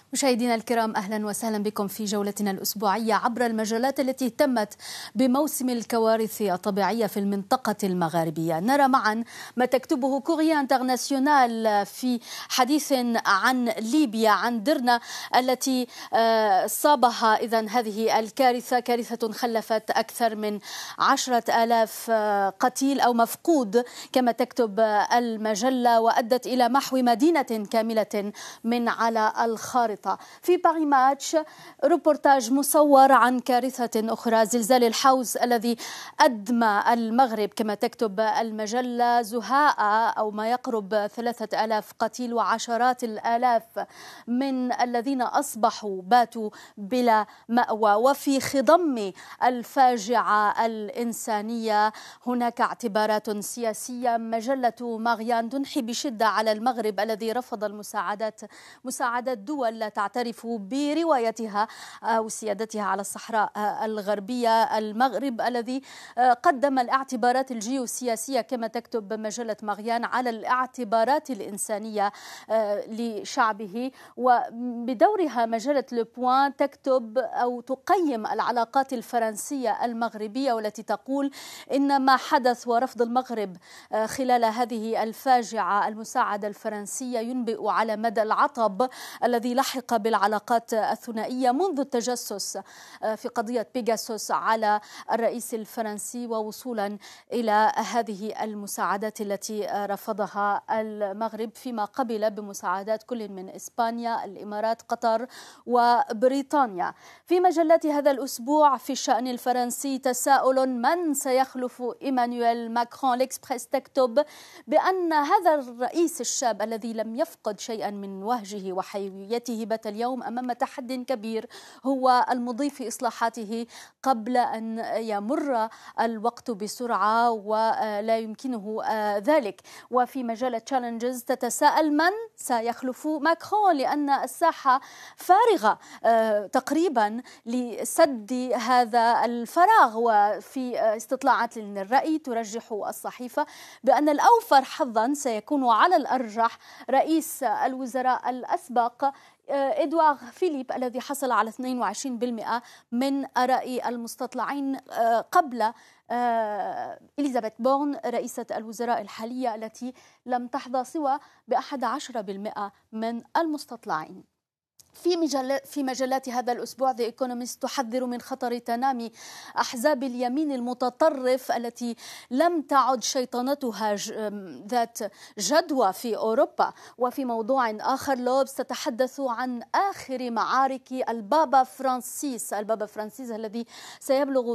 مشاهدينا الكرام، أهلا وسهلا بكم في جولتنا الأسبوعية عبر المجالات التي اهتمت بموسم الكوارث الطبيعية في المنطقة المغاربية. نرى معا ما تكتبه كوريا انترناسيونال في حديث عن ليبيا، عن درنا التي صابها إذن هذه الكارثة، كارثة خلفت أكثر من 10,000 قتيل أو مفقود كما تكتب المجلة، وأدت إلى محو مدينة كاملة من على الخارطة. في باري ماتش روبورتاج مصور عن كارثة أخرى، زلزال الحوز الذي أدمى المغرب كما تكتب المجلة، زهاء أو ما يقرب 3,000 قتيل وعشرات الآلاف من الذين أصبحوا باتوا بلا مأوى. وفي خضم الفاجعة الإنسانية هناك اعتبارات سياسية. مجلة ماريان تنحي بشدة على المغرب الذي رفض مساعدات دول لا تعترف بروايتها أو سيادتها على الصحراء الغربية. المغرب الذي قدم الاعتبارات الجيوسياسية كما تكتب مجلة ماريان على الاعتبارات الإنسانية لشعبه. وبدورها مجلة لو بوان تكتب أو تقيم العلاقات الفرنسية المغربية، والتي تقول إن ما حدث ورفض المغرب خلال هذه الفاجعة المساعدة الفرنسية ينبئ على مدى العطب الذي لحق بالعلاقات الثنائية منذ التجسس في قضية بيغاسوس على الرئيس الفرنسي، ووصولا إلى هذه المساعدات التي رفضها المغرب، فيما قبل بمساعدات كل من إسبانيا، الإمارات، قطر وبريطانيا. في مجلات هذا الأسبوع في الشأن الفرنسي تساؤل من سيخلف إيمانويل ماكرون. الإكسبريس تكتب بأن هذا الرئيس الشاب الذي لم يفقد شيئا من وهجه وحيويته بات اليوم أمام تحد كبير، هو المضي في إصلاحاته قبل أن يمر الوقت بسرعة ولا يمكنه ذلك. وفي مجلة تشالنجز تتساءل من سيخلف ماكرون، لأن الساحة فارغة تقريبا لسد هذا الفراغ. وفي استطلاعات للرأي ترجح الصحيفة بأن الأوفر حظا سيكون على الأرجح رئيس الوزراء الأسبق إدوار فيليب الذي حصل على 22% من آراء المستطلعين قبل إليزابيث بورن رئيسة الوزراء الحالية التي لم تحظى سوى ب11% من المستطلعين. في مجلات هذا الأسبوع The Economist تحذر من خطر تنامي أحزاب اليمين المتطرف التي لم تعد شيطنتها ذات جدوى في أوروبا. وفي موضوع آخر لوبس تتحدث عن آخر معارك البابا فرانسيس الذي سيبلغ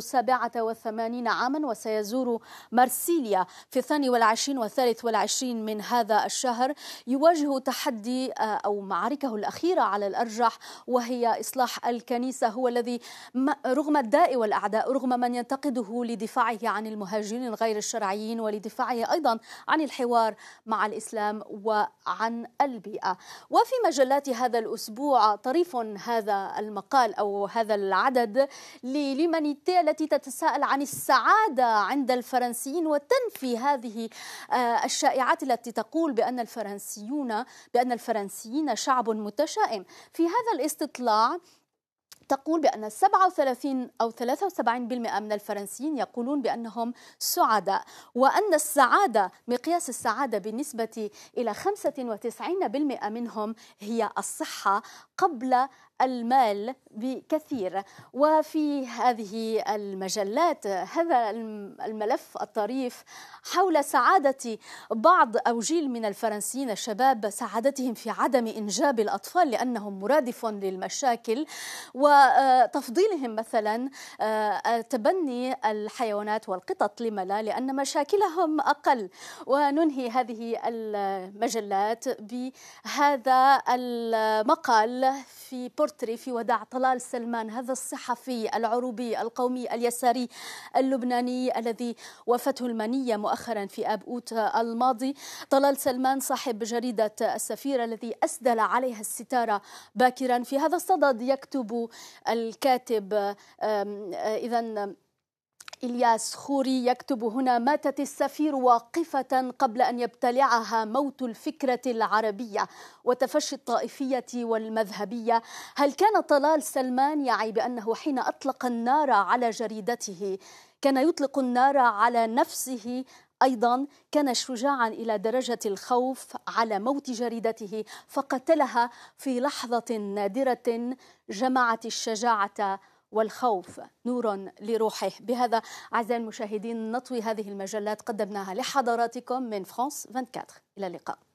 87 عاما وسيزور مارسيليا في 22 و23 من هذا الشهر. يواجه تحدي أو معاركه الأخيرة على الأرجح وهي إصلاح الكنيسة، هو الذي رغم الداء والأعداء، رغم من ينتقده لدفاعه عن المهاجرين الغير الشرعيين ولدفاعه أيضا عن الحوار مع الإسلام وعن البيئة. وفي مجلات هذا الأسبوع طريف هذا المقال أو هذا العدد لليومانيتي التي تتساءل عن السعادة عند الفرنسيين وتنفي هذه الشائعات التي تقول بأن الفرنسيين شعب متشائم. في هذا الاستطلاع تقول بأن 37 أو 73% من الفرنسيين يقولون بأنهم سعداء، وأن السعادة مقياس السعادة بالنسبة إلى 95% منهم هي الصحة قبل المال بكثير. وفي هذه المجلات هذا الملف الطريف حول سعادة بعض أو جيل من الفرنسيين الشباب، سعادتهم في عدم إنجاب الأطفال لأنهم مرادف للمشاكل، وتفضيلهم مثلا تبني الحيوانات والقطط، لما لا، لأن مشاكلهم أقل. وننهي هذه المجلات بهذا المقال في بورتري في وداع طلال سلمان، هذا الصحفي العروبي القومي اليساري اللبناني الذي وافته المنية مؤخرا في آب أوت الماضي. طلال سلمان صاحب جريدة السفير الذي أسدل عليها الستارة باكرا. في هذا الصدد يكتب الكاتب إذن إلياس خوري يكتب هنا: ماتت السفير واقفة قبل أن يبتلعها موت الفكرة العربية وتفشي الطائفية والمذهبية. هل كان طلال سلمان يعي بأنه حين أطلق النار على جريدته كان يطلق النار على نفسه أيضا؟ كان شجاعا إلى درجة الخوف على موت جريدته فقتلها في لحظة نادرة جمعت الشجاعة والخوف. نور لروحه. بهذا أعزائي المشاهدين نطوي هذه المجلات قدمناها لحضراتكم من فرانس 24. إلى اللقاء.